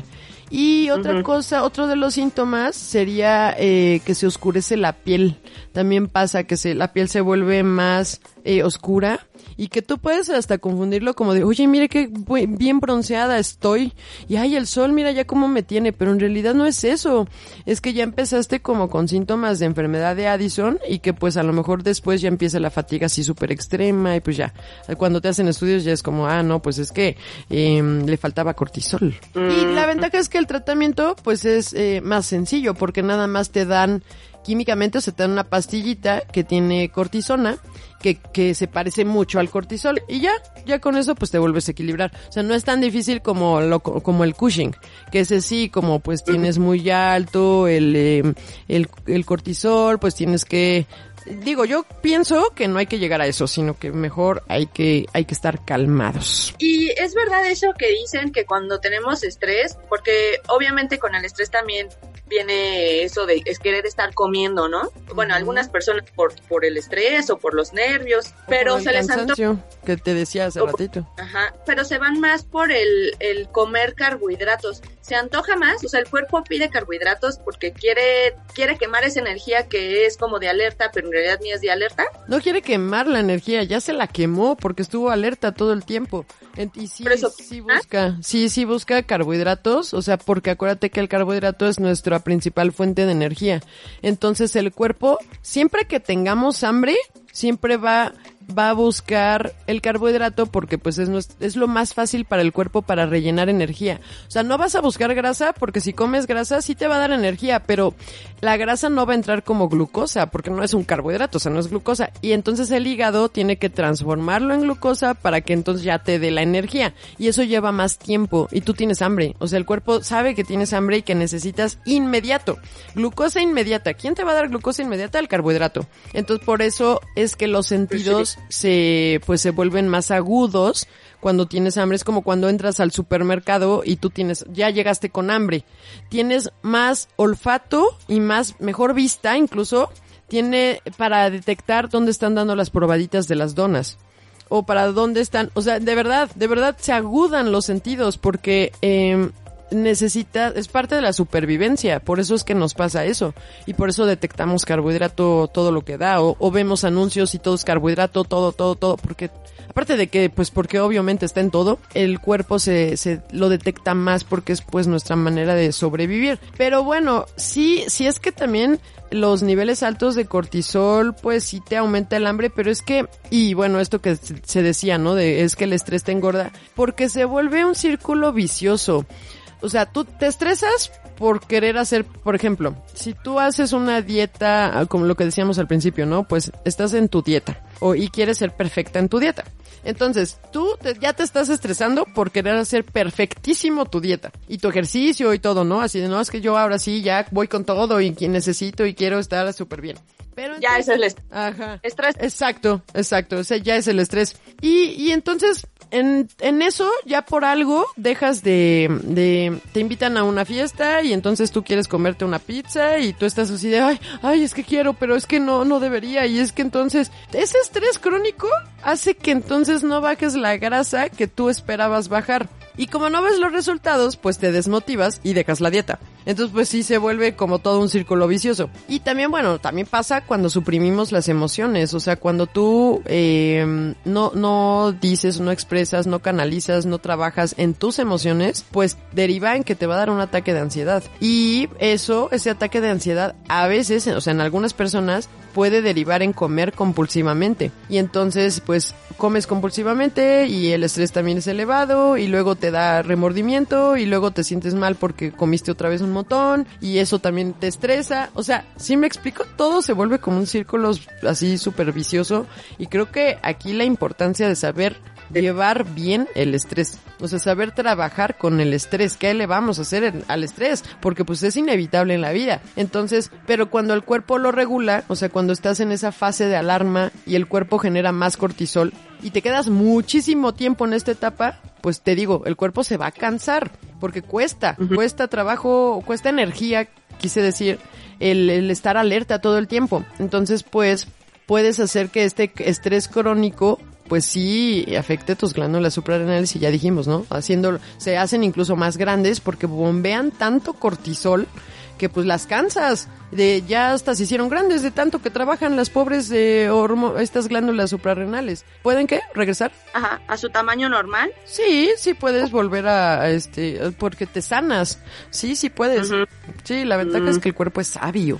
Y otra uh-huh. cosa, otro de los síntomas sería eh, que se oscurece la piel. También pasa que se, la piel se vuelve más eh, oscura y que tú puedes hasta confundirlo como de, oye, mire qué bien bronceada estoy y ay, el sol, mira ya cómo me tiene, pero en realidad no es eso. Es que ya empezaste como con síntomas de enfermedad de Addison y que pues a lo mejor después ya empieza la fatiga así súper extrema y pues ya, cuando te hacen estudios ya es como, ah, no, pues es que eh, le faltaba cortisol. Mm. Y la ventaja es que el tratamiento pues es eh, más sencillo porque nada más te dan químicamente, o sea, te dan una pastillita que tiene cortisona, que, que se parece mucho al cortisol, y ya, ya con eso pues te vuelves a equilibrar. O sea, no es tan difícil como lo, como el Cushing, que ese sí, como pues tienes muy alto el, eh, el, el cortisol, pues tienes que... Digo, yo pienso que no hay que llegar a eso, sino que mejor hay que hay que estar calmados. Y es verdad eso que dicen que cuando tenemos estrés, porque obviamente con el estrés también viene eso de es querer estar comiendo, ¿no? Bueno, uh-huh. algunas personas por por el estrés o por los nervios, o pero se les antoja que te decía hace o, ratito. Ajá, pero se van más por el el comer carbohidratos. Se antoja más, o sea, el cuerpo pide carbohidratos porque quiere quiere quemar esa energía que es como de alerta, pero en realidad ni es de alerta. No quiere quemar la energía, ya se la quemó porque estuvo alerta todo el tiempo. Y sí, eso, sí busca, ¿ah? sí, sí busca carbohidratos, o sea, porque acuérdate que el carbohidrato es nuestra principal fuente de energía. Entonces el cuerpo, siempre que tengamos hambre, siempre va va a buscar el carbohidrato porque pues es, es lo más fácil para el cuerpo para rellenar energía. O sea, no vas a buscar grasa porque si comes grasa sí te va a dar energía, pero la grasa no va a entrar como glucosa porque no es un carbohidrato, o sea, no es glucosa. Y entonces el hígado tiene que transformarlo en glucosa para que entonces ya te dé la energía. Y eso lleva más tiempo y tú tienes hambre. O sea, el cuerpo sabe que tienes hambre y que necesitas inmediato. Glucosa inmediata. ¿Quién te va a dar glucosa inmediata? El carbohidrato. Entonces por eso es que los sentidos se pues se vuelven más agudos cuando tienes hambre. Es como cuando entras al supermercado y tú tienes ya llegaste con hambre, tienes más olfato y más mejor vista, incluso tiene para detectar dónde están dando las probaditas de las donas o para dónde están, o sea, de verdad, de verdad se agudan los sentidos porque eh, necesita, es parte de la supervivencia, por eso es que nos pasa eso, y por eso detectamos carbohidrato todo lo que da, o, o vemos anuncios y todo es carbohidrato, todo, todo, todo, porque, aparte de que, pues porque obviamente está en todo, el cuerpo se, se lo detecta más porque es pues nuestra manera de sobrevivir. Pero bueno, sí, sí es que también los niveles altos de cortisol, pues sí te aumenta el hambre, pero es que, y bueno, esto que se decía, ¿no? De, es que el estrés te engorda, porque se vuelve un círculo vicioso. O sea, tú te estresas por querer hacer, por ejemplo, si tú haces una dieta, como lo que decíamos al principio, ¿no? Pues estás en tu dieta o y quieres ser perfecta en tu dieta. Entonces, tú te, ya te estás estresando por querer hacer perfectísimo tu dieta y tu ejercicio y todo, ¿no? Así de, no, es que yo ahora sí ya voy con todo y necesito y quiero estar súper bien. Pero ya entonces, es el est- ajá, estrés. Exacto, exacto, o sea, ya es el estrés. Y, y entonces, en, en eso, ya por algo, dejas de, de, te invitan a una fiesta y entonces tú quieres comerte una pizza y tú estás así de, ay, ay, es que quiero, pero es que no, no debería. Y es que entonces, ese estrés crónico hace que entonces no bajes la grasa que tú esperabas bajar. Y como no ves los resultados, pues te desmotivas y dejas la dieta. Entonces, pues sí se vuelve como todo un círculo vicioso. Y también, bueno, también pasa cuando suprimimos las emociones. O sea, cuando tú eh, no, no dices, no expresas, no canalizas, no trabajas en tus emociones, pues deriva en que te va a dar un ataque de ansiedad. Y eso, ese ataque de ansiedad, a veces, o sea, en algunas personas, puede derivar en comer compulsivamente. Y entonces, pues, comes compulsivamente y el estrés también es elevado y luego te da remordimiento y luego te sientes mal porque comiste otra vez un montón y eso también te estresa. O sea, ¿sí me explico? Todo se vuelve como un círculo así súper vicioso y creo que aquí la importancia de saber llevar bien el estrés, o sea, saber trabajar con el estrés, ¿qué le vamos a hacer en, al estrés? Porque pues es inevitable en la vida, entonces, pero cuando el cuerpo lo regula, o sea, cuando estás en esa fase de alarma y el cuerpo genera más cortisol y te quedas muchísimo tiempo en esta etapa, pues te digo, el cuerpo se va a cansar, porque cuesta, uh-huh. cuesta trabajo, cuesta energía, quise decir, el, el estar alerta todo el tiempo. Entonces, pues, puedes hacer que este estrés crónico, pues sí, afecte tus glándulas suprarrenales, y ya dijimos, ¿no? Haciendo, se hacen incluso más grandes porque bombean tanto cortisol que pues las cansas, de ya hasta se hicieron grandes de tanto que trabajan las pobres de hormo- estas glándulas suprarrenales. ¿Pueden qué? ¿Regresar? Ajá, ¿a su tamaño normal? Sí, sí puedes volver a, a este, porque te sanas. Sí, sí puedes. Uh-huh. Sí, la ventaja uh-huh. es que el cuerpo es sabio.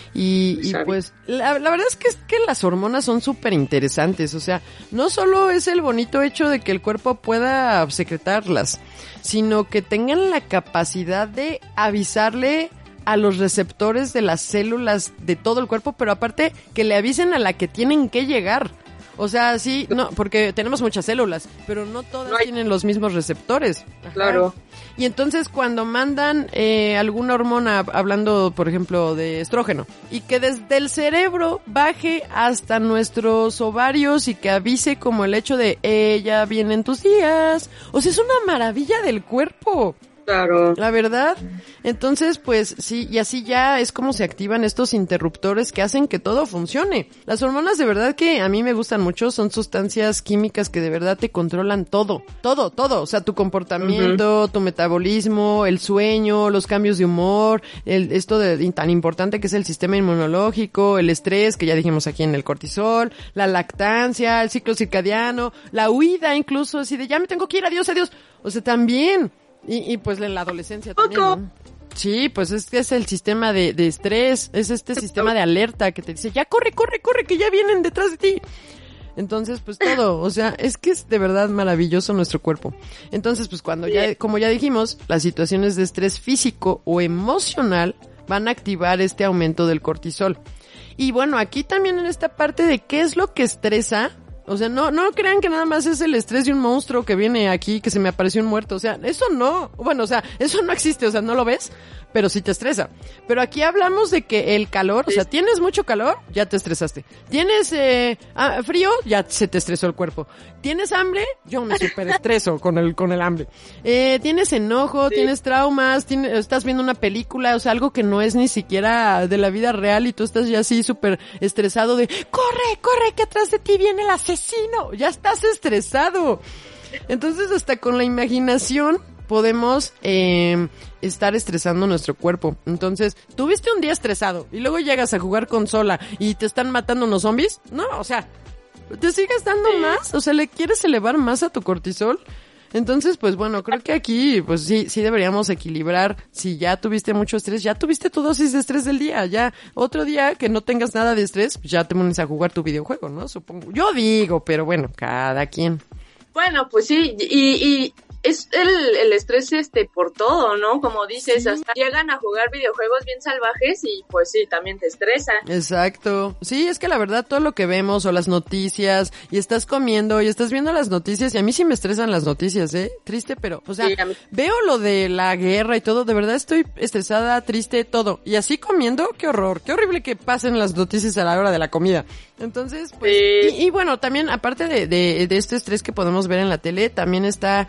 Y, y pues, la, la verdad es que, es que las hormonas son súper interesantes. O sea, no solo es el bonito hecho de que el cuerpo pueda secretarlas, sino que tengan la capacidad de avisarle a los receptores de las células de todo el cuerpo, pero aparte que le avisen a la que tienen que llegar. O sea, sí, no, porque tenemos muchas células, pero no todas no hay... tienen los mismos receptores. Ajá. Claro. Y entonces cuando mandan eh, alguna hormona, hablando por ejemplo de estrógeno, y que desde el cerebro baje hasta nuestros ovarios y que avise como el hecho de, eh, ya vienen tus días. O sea, es una maravilla del cuerpo. Claro. La verdad. Entonces, pues sí, y así ya es como se activan estos interruptores que hacen que todo funcione. Las hormonas de verdad que a mí me gustan mucho, son sustancias químicas que de verdad te controlan todo, todo, todo. O sea, tu comportamiento, uh-huh. tu metabolismo, el sueño, los cambios de humor, el, esto de, tan importante que es el sistema inmunológico, el estrés, que ya dijimos aquí en el cortisol, la lactancia, el ciclo circadiano, la huida incluso, así de ya me tengo que ir, adiós, adiós. O sea, también... Y, y pues en la adolescencia también, ¿no? Sí, pues es que es el sistema de, de estrés, es este sistema de alerta que te dice, ya corre, corre, corre, que ya vienen detrás de ti. Entonces, pues todo, o sea, es que es de verdad maravilloso nuestro cuerpo. Entonces, pues cuando ya, como ya dijimos, las situaciones de estrés físico o emocional van a activar este aumento del cortisol. Y bueno, aquí también en esta parte de qué es lo que estresa. O sea, no, no crean que nada más es el estrés de un monstruo que viene aquí, que se me apareció un muerto. O sea, eso no. Bueno, o sea, eso no existe. O sea, no lo ves, pero sí te estresa. Pero aquí hablamos de que el calor, o sea, tienes mucho calor, ya te estresaste. Tienes eh, ah, frío, ya se te estresó el cuerpo. Tienes hambre, yo me superestreso con el, con el hambre. Eh, tienes enojo, sí. tienes traumas, tienes, estás viendo una película, o sea, algo que no es ni siquiera de la vida real y tú estás ya así súper estresado de, corre, corre, que atrás de ti viene el asesino. Ya estás estresado. Entonces, hasta con la imaginación podemos eh, estar estresando nuestro cuerpo. Entonces, ¿tuviste un día estresado y luego llegas a jugar consola y te están matando unos zombies? No, o sea, ¿te sigues dando sí. más? O sea, ¿le quieres elevar más a tu cortisol? Entonces, pues bueno, creo que aquí, pues sí, sí deberíamos equilibrar. Si ya tuviste mucho estrés, ya tuviste tu dosis de estrés del día. Ya otro día que no tengas nada de estrés, ya te pones a jugar tu videojuego, ¿no? Supongo. Yo digo, pero bueno, cada quien. Bueno, pues sí, y... y... es el, el estrés este por todo, ¿no? Como dices, sí. hasta llegan a jugar videojuegos bien salvajes y pues sí, también te estresa. Exacto. Sí, es que la verdad todo lo que vemos o las noticias y estás comiendo y estás viendo las noticias y a mí sí me estresan las noticias, ¿eh? Triste, pero, o sea, sí, veo lo de la guerra y todo, de verdad estoy estresada, triste, todo. Y así comiendo, qué horror, qué horrible que pasen las noticias a la hora de la comida. Entonces, pues, sí. y, y bueno, también aparte de, de, de este estrés que podemos ver en la tele, también está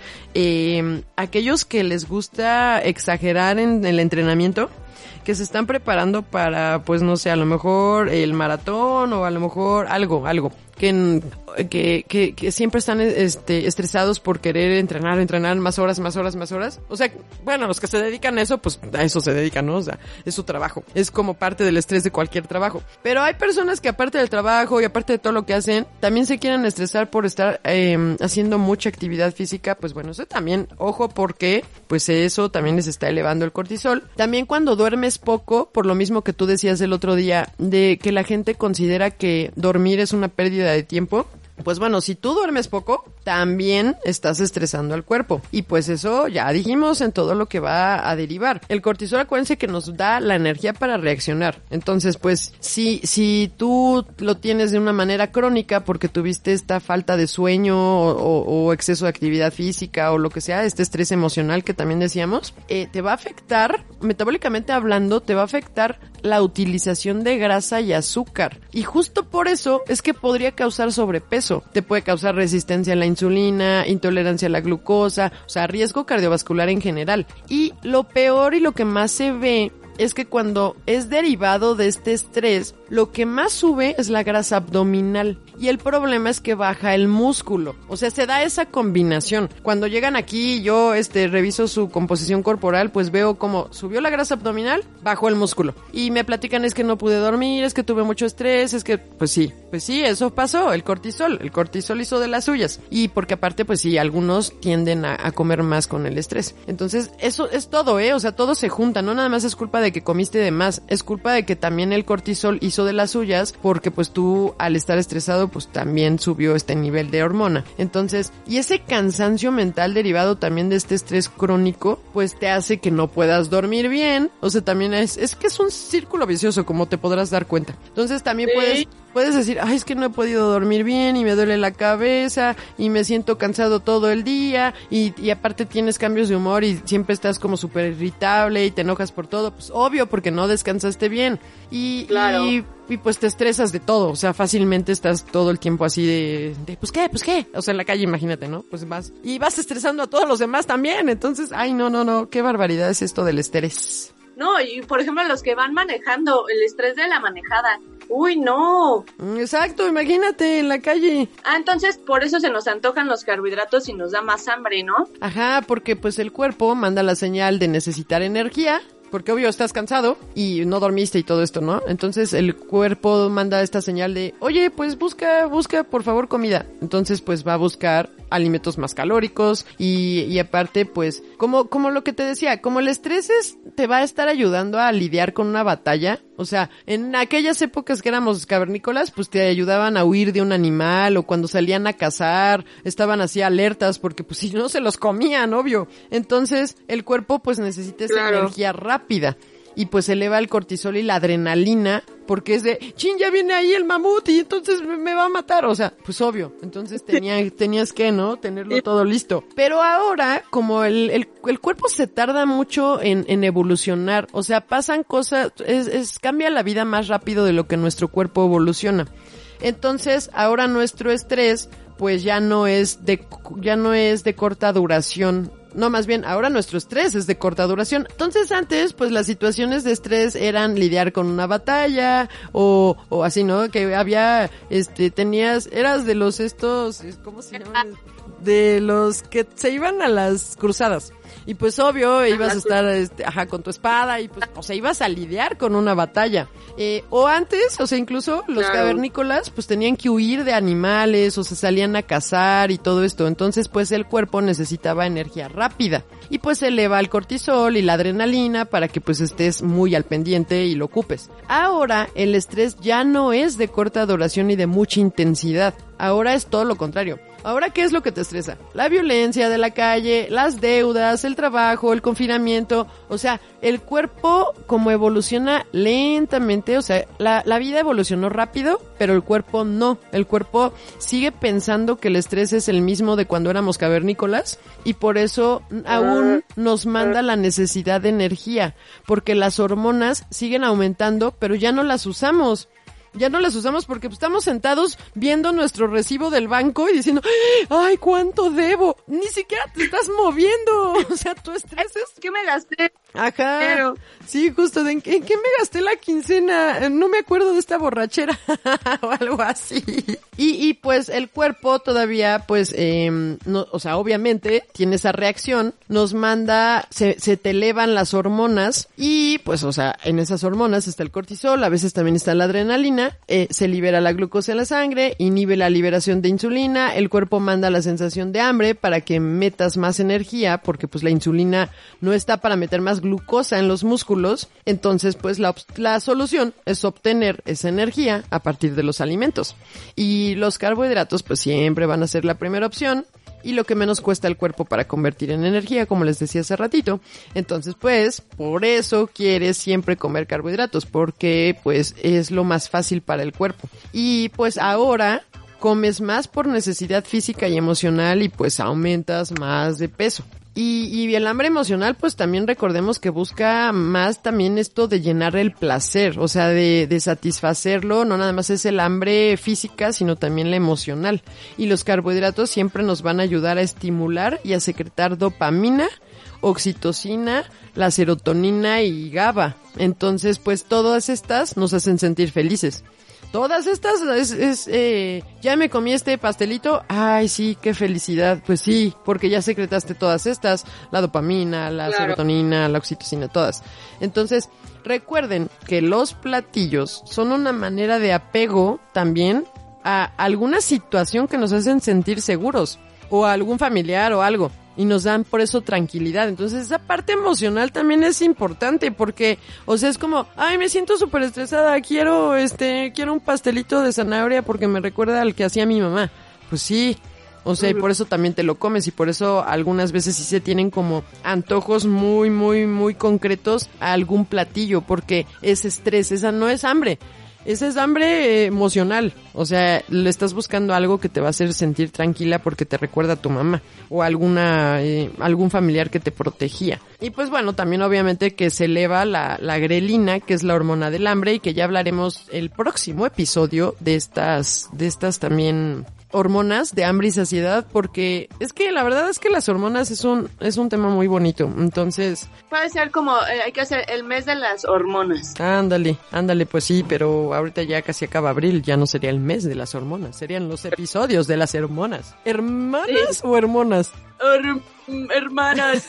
eh, aquellos que les gusta exagerar en el entrenamiento, que se están preparando para, pues no sé, a lo mejor el maratón o a lo mejor algo, algo. Que, que, que, que siempre están este, estresados por querer entrenar, entrenar más horas, más horas, más horas. O sea, bueno, los que se dedican a eso, pues a eso se dedican, ¿no? O sea, es su trabajo. Es como parte del estrés de cualquier trabajo. Pero hay personas que aparte del trabajo y aparte de todo lo que hacen, también se quieren estresar por estar eh, haciendo mucha actividad física. Pues bueno, eso también, ojo, porque pues eso también les está elevando el cortisol. También cuando duermes poco, por lo mismo que tú decías el otro día, de que la gente considera que dormir es una pérdida de tiempo, pues bueno, si tú duermes poco, también estás estresando al cuerpo. Y pues eso ya dijimos en todo lo que va a derivar. El cortisol, acuérdense que nos da la energía para reaccionar. Entonces, pues, si, si tú lo tienes de una manera crónica porque tuviste esta falta de sueño o, o, o exceso de actividad física o lo que sea, este estrés emocional que también decíamos, eh, te va a afectar, metabólicamente hablando, te va a afectar la utilización de grasa y azúcar. Y justo por eso es que podría causar sobrepeso. eso. Te puede causar resistencia a la insulina, intolerancia a la glucosa, o sea, riesgo cardiovascular en general. Y lo peor y lo que más se ve es que cuando es derivado de este estrés, lo que más sube es la grasa abdominal. Y el problema es que baja el músculo. O sea, se da esa combinación. Cuando llegan aquí, yo este reviso su composición corporal, pues veo como subió la grasa abdominal, bajó el músculo. Y me platican es que no pude dormir, es que tuve mucho estrés, es que, pues sí, pues sí, eso pasó, el cortisol. El cortisol hizo de las suyas. Y porque aparte, pues sí, algunos tienden a, a comer más con el estrés. Entonces, eso es todo, ¿eh? O sea, todo se junta. No nada más es culpa de que comiste de más, es culpa de que también el cortisol hizo de las suyas, porque pues tú al estar estresado pues también subió este nivel de hormona. Entonces, y ese cansancio mental derivado también de este estrés crónico, pues te hace que no puedas dormir bien. O sea, también es, es que es un círculo vicioso, como te podrás dar cuenta. Entonces también sí. puedes Puedes decir, ay, es que no he podido dormir bien y me duele la cabeza y me siento cansado todo el día y, y aparte tienes cambios de humor y siempre estás como súper irritable y te enojas por todo. Pues obvio, porque no descansaste bien. Y, claro. y, y pues te estresas de todo. O sea, fácilmente estás todo el tiempo así de, de, pues qué, pues qué. O sea, en la calle, imagínate, ¿no? Pues vas. Y vas estresando a todos los demás también. Entonces, ay, no, no, no. Qué barbaridad es esto del estrés. No, y por ejemplo, los que van manejando, el estrés de la manejada. Uy, no. Exacto, imagínate en la calle. Ah, entonces por eso se nos antojan los carbohidratos y nos da más hambre, ¿no? Ajá, porque pues el cuerpo manda la señal de necesitar energía, porque obvio estás cansado y no dormiste y todo esto, ¿no? Entonces el cuerpo manda esta señal de, oye, pues busca, busca por favor comida. Entonces pues va a buscar alimentos más calóricos y, y aparte pues, como, como lo que te decía, como el estrés es, te va a estar ayudando a lidiar con una batalla. O sea, en aquellas épocas que éramos cavernícolas, pues te ayudaban a huir de un animal o cuando salían a cazar, estaban así alertas porque pues si no se los comían, obvio. Entonces el cuerpo pues necesita esa claro. energía rápida y pues eleva el cortisol y la adrenalina porque es de, chin, ya viene ahí el mamut y entonces me, me va a matar. O sea, pues obvio. Entonces tenía, tenías que, ¿no? Tenerlo todo listo. Pero ahora, como el, el, el cuerpo se tarda mucho en, en evolucionar, o sea, pasan cosas, es, es, cambia la vida más rápido de lo que nuestro cuerpo evoluciona. Entonces, ahora nuestro estrés, pues ya no es de, ya no es de corta duración. No, más bien, ahora nuestro estrés es de corta duración. Entonces antes, pues las situaciones de estrés eran lidiar con una batalla o, o así, ¿no? Que había, este, tenías, eras de los estos, ¿cómo se llaman? De los que se iban a las cruzadas. Y pues obvio, ibas a estar, este, ajá, con tu espada y pues, o sea, ibas a lidiar con una batalla. Eh, o antes, o sea, incluso los claro. cavernícolas, pues tenían que huir de animales o se salían a cazar y todo esto. Entonces, pues el cuerpo necesitaba energía rápida. Y pues eleva el cortisol y la adrenalina para que pues estés muy al pendiente y lo ocupes. Ahora, el estrés ya no es de corta duración y de mucha intensidad. Ahora es todo lo contrario. Ahora, ¿qué es lo que te estresa? La violencia de la calle, las deudas, el trabajo, el confinamiento. O sea, el cuerpo como evoluciona lentamente, o sea, la, la vida evolucionó rápido, pero el cuerpo no. El cuerpo sigue pensando que el estrés es el mismo de cuando éramos cavernícolas y por eso aún nos manda la necesidad de energía, porque las hormonas siguen aumentando, pero ya no las usamos. Ya no las usamos porque pues, estamos sentados viendo nuestro recibo del banco y diciendo, ¡ay, cuánto debo! Ni siquiera te estás moviendo. O sea, tu estrés es... ¿Qué me gasté? Ajá. Pero... Sí, justo. ¿En qué, ¿En qué me gasté la quincena? No me acuerdo de esta borrachera o algo así. Y, y pues el cuerpo todavía, pues, eh, no, o sea, obviamente tiene esa reacción. Nos manda, se, se te elevan las hormonas y pues, o sea, en esas hormonas está el cortisol, a veces también está la adrenalina. Eh, se libera la glucosa en la sangre, inhibe la liberación de insulina, el cuerpo manda la sensación de hambre para que metas más energía, porque pues la insulina no está para meter más glucosa en los músculos, entonces pues la, la solución es obtener esa energía a partir de los alimentos. Y los carbohidratos pues siempre van a ser la primera opción. Y lo que menos cuesta el cuerpo para convertir en energía, como les decía hace ratito. Entonces, pues, por eso quieres siempre comer carbohidratos, porque, pues, es lo más fácil para el cuerpo. Y, pues, ahora comes más por necesidad física y emocional y, pues, aumentas más de peso. Y, y el hambre emocional, pues también recordemos que busca más también esto de llenar el placer, o sea, de, de satisfacerlo, no nada más es el hambre física, sino también la emocional. Y los carbohidratos siempre nos van a ayudar a estimular y a secretar dopamina, oxitocina, la serotonina y GABA. Entonces, pues todas estas nos hacen sentir felices. Todas estas es, es eh, ya me comí este pastelito, ay sí, qué felicidad, pues sí, porque ya secretaste todas estas, la dopamina, la claro. serotonina, la oxitocina, todas. Entonces, recuerden que los platillos son una manera de apego también a alguna situación que nos hacen sentir seguros, o a algún familiar o algo. Y nos dan por eso tranquilidad. Entonces esa parte emocional también es importante porque, o sea, es como, ay, me siento súper estresada, quiero, este, quiero un pastelito de zanahoria porque me recuerda al que hacía mi mamá. Pues sí, o sea, y por eso también te lo comes y por eso algunas veces sí se tienen como antojos muy, muy, muy concretos a algún platillo porque es estrés, esa no es hambre. Ese es hambre emocional, o sea, le estás buscando algo que te va a hacer sentir tranquila porque te recuerda a tu mamá o alguna eh, algún familiar que te protegía. Y pues bueno, también obviamente que se eleva la, la grelina, que es la hormona del hambre y que ya hablaremos el próximo episodio de estas de estas también hormonas de hambre y saciedad, porque es que la verdad es que las hormonas es un es un tema muy bonito. Entonces puede ser como eh, hay que hacer el mes de las hormonas. Ándale, ándale, pues sí, pero ahorita ya casi acaba abril, ya no sería el mes de las hormonas, serían los episodios de las hormonas. ¿Hermanas sí. o hormonas? Her- hermanas.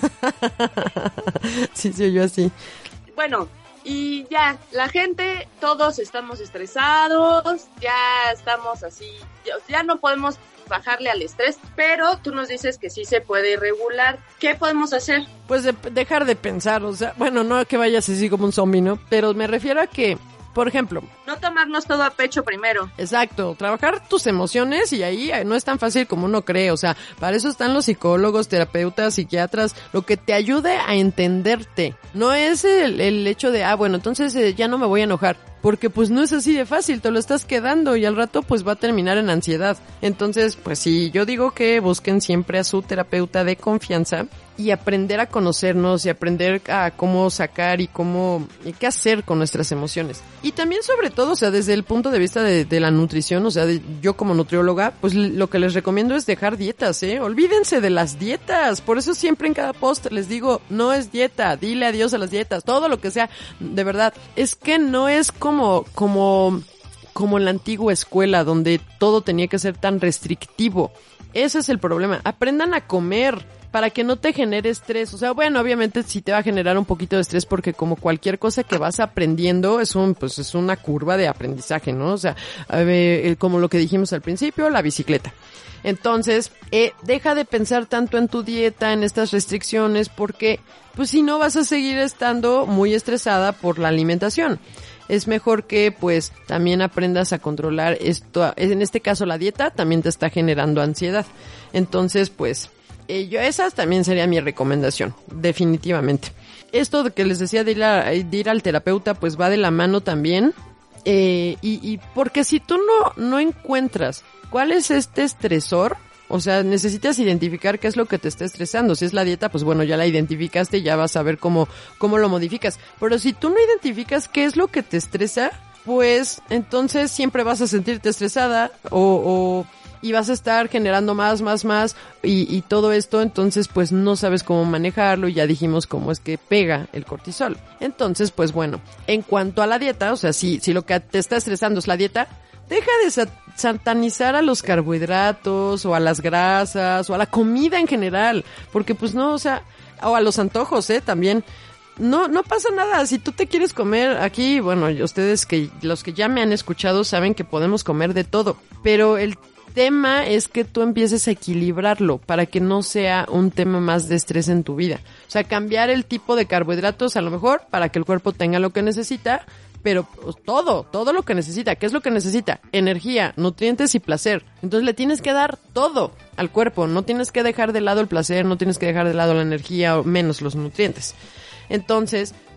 Sí, sí, yo así. Bueno, y ya, la gente, todos estamos estresados, ya estamos así, ya, ya no podemos bajarle al estrés, pero tú nos dices que sí se puede regular. ¿Qué podemos hacer? Pues de, dejar de pensar, o sea, bueno, no que vayas así como un zombie, ¿no? Pero me refiero a que, por ejemplo, no tomarnos todo a pecho primero. Exacto, trabajar tus emociones y ahí no es tan fácil como uno cree, o sea, para eso están los psicólogos, terapeutas, psiquiatras, lo que te ayude a entenderte. No es el, el hecho de, ah, bueno, entonces eh, ya no me voy a enojar, porque pues no es así de fácil, te lo estás quedando y al rato pues va a terminar en ansiedad. Entonces, pues sí, yo digo que busquen siempre a su terapeuta de confianza y aprender a conocernos y aprender a cómo sacar y cómo, y qué hacer con nuestras emociones. Y también sobre todo, o sea, desde el punto de vista de, de la nutrición, o sea, de, yo como nutrióloga, pues lo que les recomiendo es dejar dietas, ¿eh? Olvídense de las dietas. Por eso siempre en cada post les digo, no es dieta, dile adiós a las dietas, todo lo que sea, de verdad. Es que no es como, como, como en la antigua escuela donde todo tenía que ser tan restrictivo. Ese es el problema. Aprendan a comer para que no te genere estrés. O sea, bueno, obviamente sí te va a generar un poquito de estrés porque como cualquier cosa que vas aprendiendo es un, pues es una curva de aprendizaje, ¿no? O sea, eh, como lo que dijimos al principio, la bicicleta. Entonces, eh, deja de pensar tanto en tu dieta, en estas restricciones, porque pues si no vas a seguir estando muy estresada por la alimentación. Es mejor que pues también aprendas a controlar esto, en este caso la dieta también te está generando ansiedad. Entonces, pues, eh, yo esa también sería mi recomendación, definitivamente. Esto de que les decía de ir, a, de ir al terapeuta, pues va de la mano también. Eh, y, y porque si tú no, no encuentras cuál es este estresor, o sea, necesitas identificar qué es lo que te está estresando. Si es la dieta, pues bueno, ya la identificaste y ya vas a ver cómo, cómo lo modificas. Pero si tú no identificas qué es lo que te estresa, pues entonces siempre vas a sentirte estresada o, o y vas a estar generando más, más, más y, y todo esto, entonces pues no sabes cómo manejarlo y ya dijimos cómo es que pega el cortisol. Entonces, pues bueno, en cuanto a la dieta, o sea, si, si lo que te está estresando es la dieta, deja de sat- satanizar a los carbohidratos o a las grasas o a la comida en general, porque pues no, o sea, o a los antojos, eh, también. No, no pasa nada. Si tú te quieres comer aquí, bueno, ustedes que, los que ya me han escuchado saben que podemos comer de todo, pero el tema es que tú empieces a equilibrarlo para que no sea un tema más de estrés en tu vida. O sea, cambiar el tipo de carbohidratos a lo mejor para que el cuerpo tenga lo que necesita, pero pues, todo, todo lo que necesita. ¿Qué es lo que necesita? Energía, nutrientes y placer. Entonces le tienes que dar todo al cuerpo. No tienes que dejar de lado el placer, no tienes que dejar de lado la energía o menos los nutrientes. Entonces,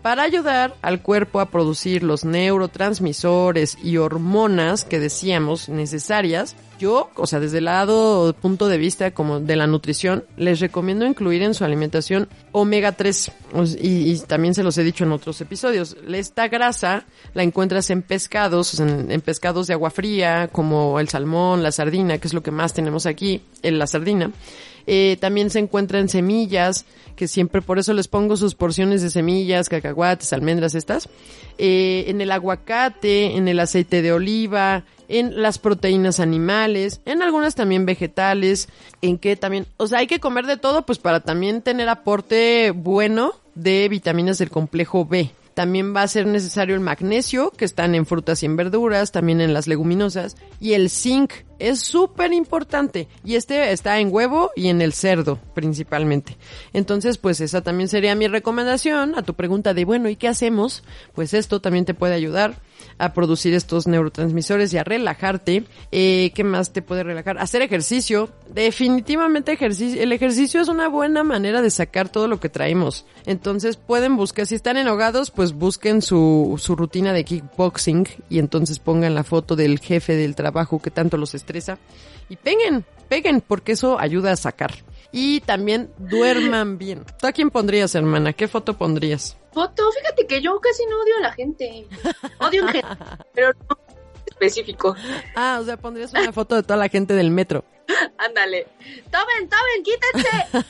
para ayudar al cuerpo a producir los neurotransmisores y hormonas que decíamos necesarias. Yo, o sea, desde el lado, punto de vista como de la nutrición, les recomiendo incluir en su alimentación omega tres. Y, y también se los he dicho en otros episodios. Esta grasa la encuentras en pescados, en, en pescados de agua fría, como el salmón, la sardina, que es lo que más tenemos aquí, en la sardina. Eh, también se encuentra en semillas, que siempre por eso les pongo sus porciones de semillas, cacahuates, almendras estas. Eh, en el aguacate, en el aceite de oliva, en las proteínas animales, en algunas también vegetales, en que también, o sea, hay que comer de todo pues para también tener aporte bueno de vitaminas del complejo B. También va a ser necesario el magnesio, que están en frutas y en verduras, también en las leguminosas, y el zinc es súper importante, y este está en huevo y en el cerdo principalmente. Entonces, pues esa también sería mi recomendación a tu pregunta de, bueno, ¿y qué hacemos? Pues esto también te puede ayudar a producir estos neurotransmisores y a relajarte. Eh, ¿Qué más te puede relajar? Hacer ejercicio. Definitivamente ejercicio. El ejercicio es una buena manera de sacar todo lo que traemos. Entonces pueden buscar, si están enojados, pues busquen su, su rutina de kickboxing y entonces pongan la foto del jefe del trabajo que tanto los estresa y peguen, peguen, porque eso ayuda a sacar. Y también duerman bien. ¿Tú a quién pondrías, hermana? ¿Qué foto pondrías? Foto, fíjate que yo casi no odio a la gente. Odio en general, pero no específico. Ah, o sea, pondrías una foto de toda la gente del metro. Ándale. Tomen, tomen,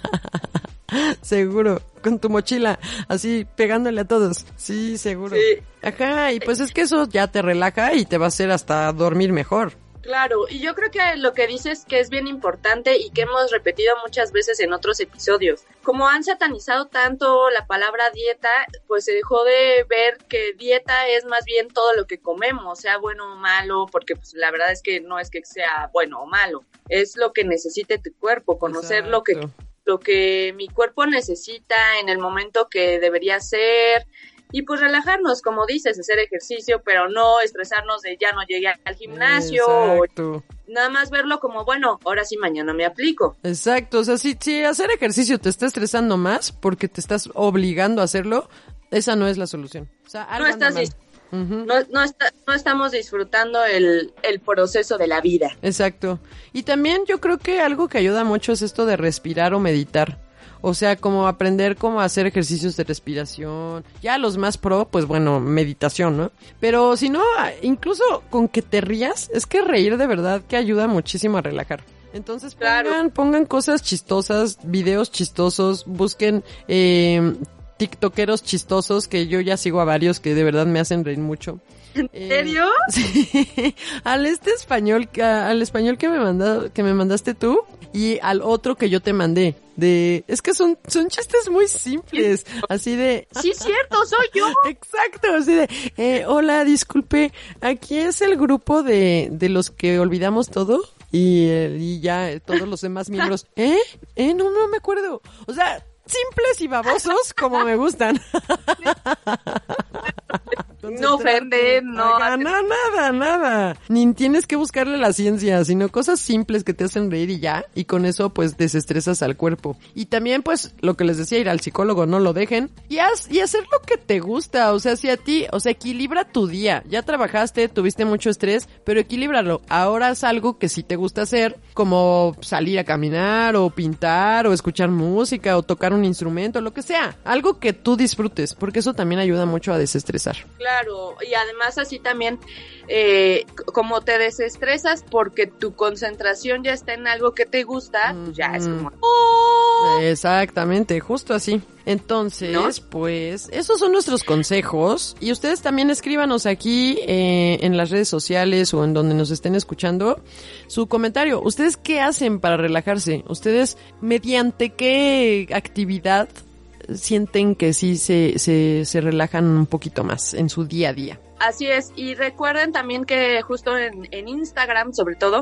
quítense. Seguro, con tu mochila, así pegándole a todos. Sí, seguro. Sí. Ajá, y pues es que eso ya te relaja y te va a hacer hasta dormir mejor. Claro, y yo creo que lo que dices que es bien importante y que hemos repetido muchas veces en otros episodios. Como han satanizado tanto la palabra dieta, pues se dejó de ver que dieta es más bien todo lo que comemos, sea bueno o malo, porque pues la verdad es que no es que sea bueno o malo, es lo que necesite tu cuerpo, conocer lo que, lo que mi cuerpo necesita en el momento que debería ser. Y pues relajarnos, como dices, hacer ejercicio, pero no estresarnos de ya no llegué al gimnasio. Exacto. O nada más verlo como, bueno, ahora sí mañana me aplico. Exacto, o sea, si, si hacer ejercicio te está estresando más porque te estás obligando a hacerlo, esa no es la solución. O sea, algo no estás dis- uh-huh. no, no, está, no estamos disfrutando el, el proceso de la vida. Exacto. Y también yo creo que algo que ayuda mucho es esto de respirar o meditar. O sea, como aprender cómo hacer ejercicios de respiración. Ya los más pro, pues bueno, meditación, ¿no? Pero si no, incluso con que te rías, es que reír de verdad que ayuda muchísimo a relajar. Entonces pongan, claro. pongan cosas chistosas, videos chistosos, busquen eh, tiktokeros chistosos, que yo ya sigo a varios que de verdad me hacen reír mucho. ¿En serio? Eh, sí, al este español, al español que me manda, que me mandaste tú y al otro que yo te mandé. De, es que son, son chistes muy simples, así de... Sí, es cierto, soy yo. Exacto, así de, eh, hola, disculpe, aquí es el grupo de, de los que olvidamos todo y, eh, y ya eh, todos los demás miembros. ¿Eh? ¿Eh? No, no me acuerdo. O sea, simples y babosos como me gustan. Entonces, no ofenden, no. Acá, no, nada, nada. Ni tienes que buscarle la ciencia, sino cosas simples que te hacen reír y ya. Y con eso, pues, desestresas al cuerpo. Y también, pues, lo que les decía, ir al psicólogo, no lo dejen. Y, haz, y hacer lo que te gusta. O sea, si a ti, o sea, equilibra tu día. Ya trabajaste, tuviste mucho estrés, pero equilíbralo. Ahora haz algo que sí te gusta hacer, como salir a caminar, o pintar, o escuchar música, o tocar un instrumento, lo que sea. Algo que tú disfrutes, porque eso también ayuda mucho a desestresar. Claro, y además así también, eh, como te desestresas porque tu concentración ya está en algo que te gusta, mm, pues ya es como... ¡Oh! Exactamente, justo así. Entonces, ¿no? Pues, esos son nuestros consejos. Y ustedes también escríbanos aquí eh, en las redes sociales o en donde nos estén escuchando su comentario. ¿Ustedes qué hacen para relajarse? ¿Ustedes mediante qué actividad sienten que sí se, se, se relajan un poquito más en su día a día? Así es, y recuerden también que justo en, en Instagram, sobre todo,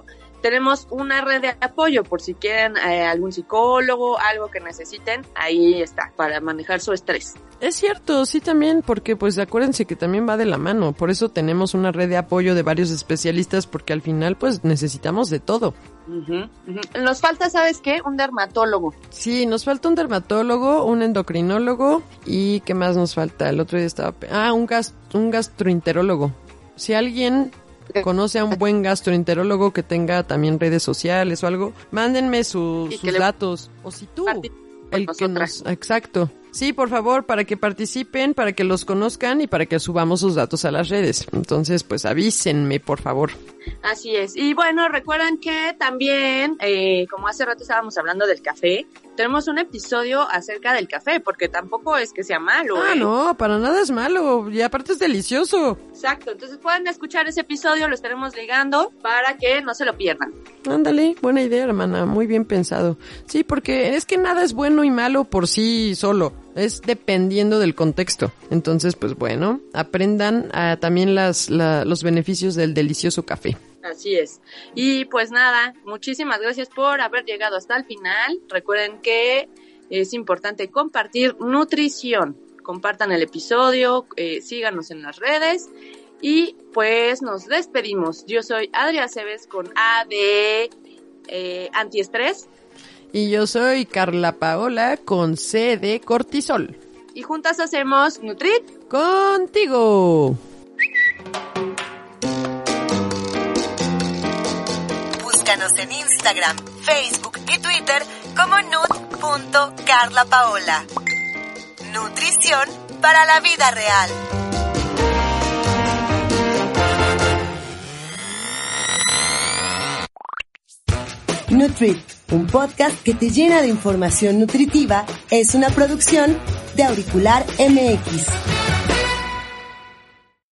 tenemos una red de apoyo por si quieren eh, algún psicólogo, algo que necesiten, ahí está, para manejar su estrés. Es cierto, sí también, porque pues acuérdense que también va de la mano, por eso tenemos una red de apoyo de varios especialistas, porque al final pues necesitamos de todo. Uh-huh, uh-huh. Nos falta, ¿sabes qué? Un dermatólogo. Sí, nos falta un dermatólogo, un endocrinólogo y ¿qué más nos falta? El otro día estaba... Ah, un, gas... un gastroenterólogo. Si alguien conoce a un buen gastroenterólogo que tenga también redes sociales o algo, mándenme su, sus le... datos. O si tú, el que nos... Exacto. Sí, por favor, para que participen, para que los conozcan y para que subamos sus datos a las redes. Entonces, pues avísenme, por favor. Así es. Y bueno, recuerden que también, eh, como hace rato estábamos hablando del café, tenemos un episodio acerca del café, porque tampoco es que sea malo. Ah, ¿eh? no, para nada es malo. Y aparte es delicioso. Exacto. Entonces pueden escuchar ese episodio, lo estaremos ligando para que no se lo pierdan. Ándale, buena idea, hermana. Muy bien pensado. Sí, porque es que nada es bueno y malo por sí solo. Es dependiendo del contexto. Entonces, pues bueno, aprendan a, también las, la, los beneficios del delicioso café. Así es. Y pues nada, muchísimas gracias por haber llegado hasta el final. Recuerden que es importante compartir nutrición. Compartan el episodio, eh, síganos en las redes y pues nos despedimos. Yo soy Adria Aceves con A de eh, antiestrés. Y yo soy Carla Paola con C de cortisol. Y juntas hacemos Nutrit contigo. Búscanos en Instagram, Facebook y Twitter como nut punto carla paola. Nutrición para la vida real. Nutrit, un podcast que te llena de información nutritiva, es una producción de Auricular M X.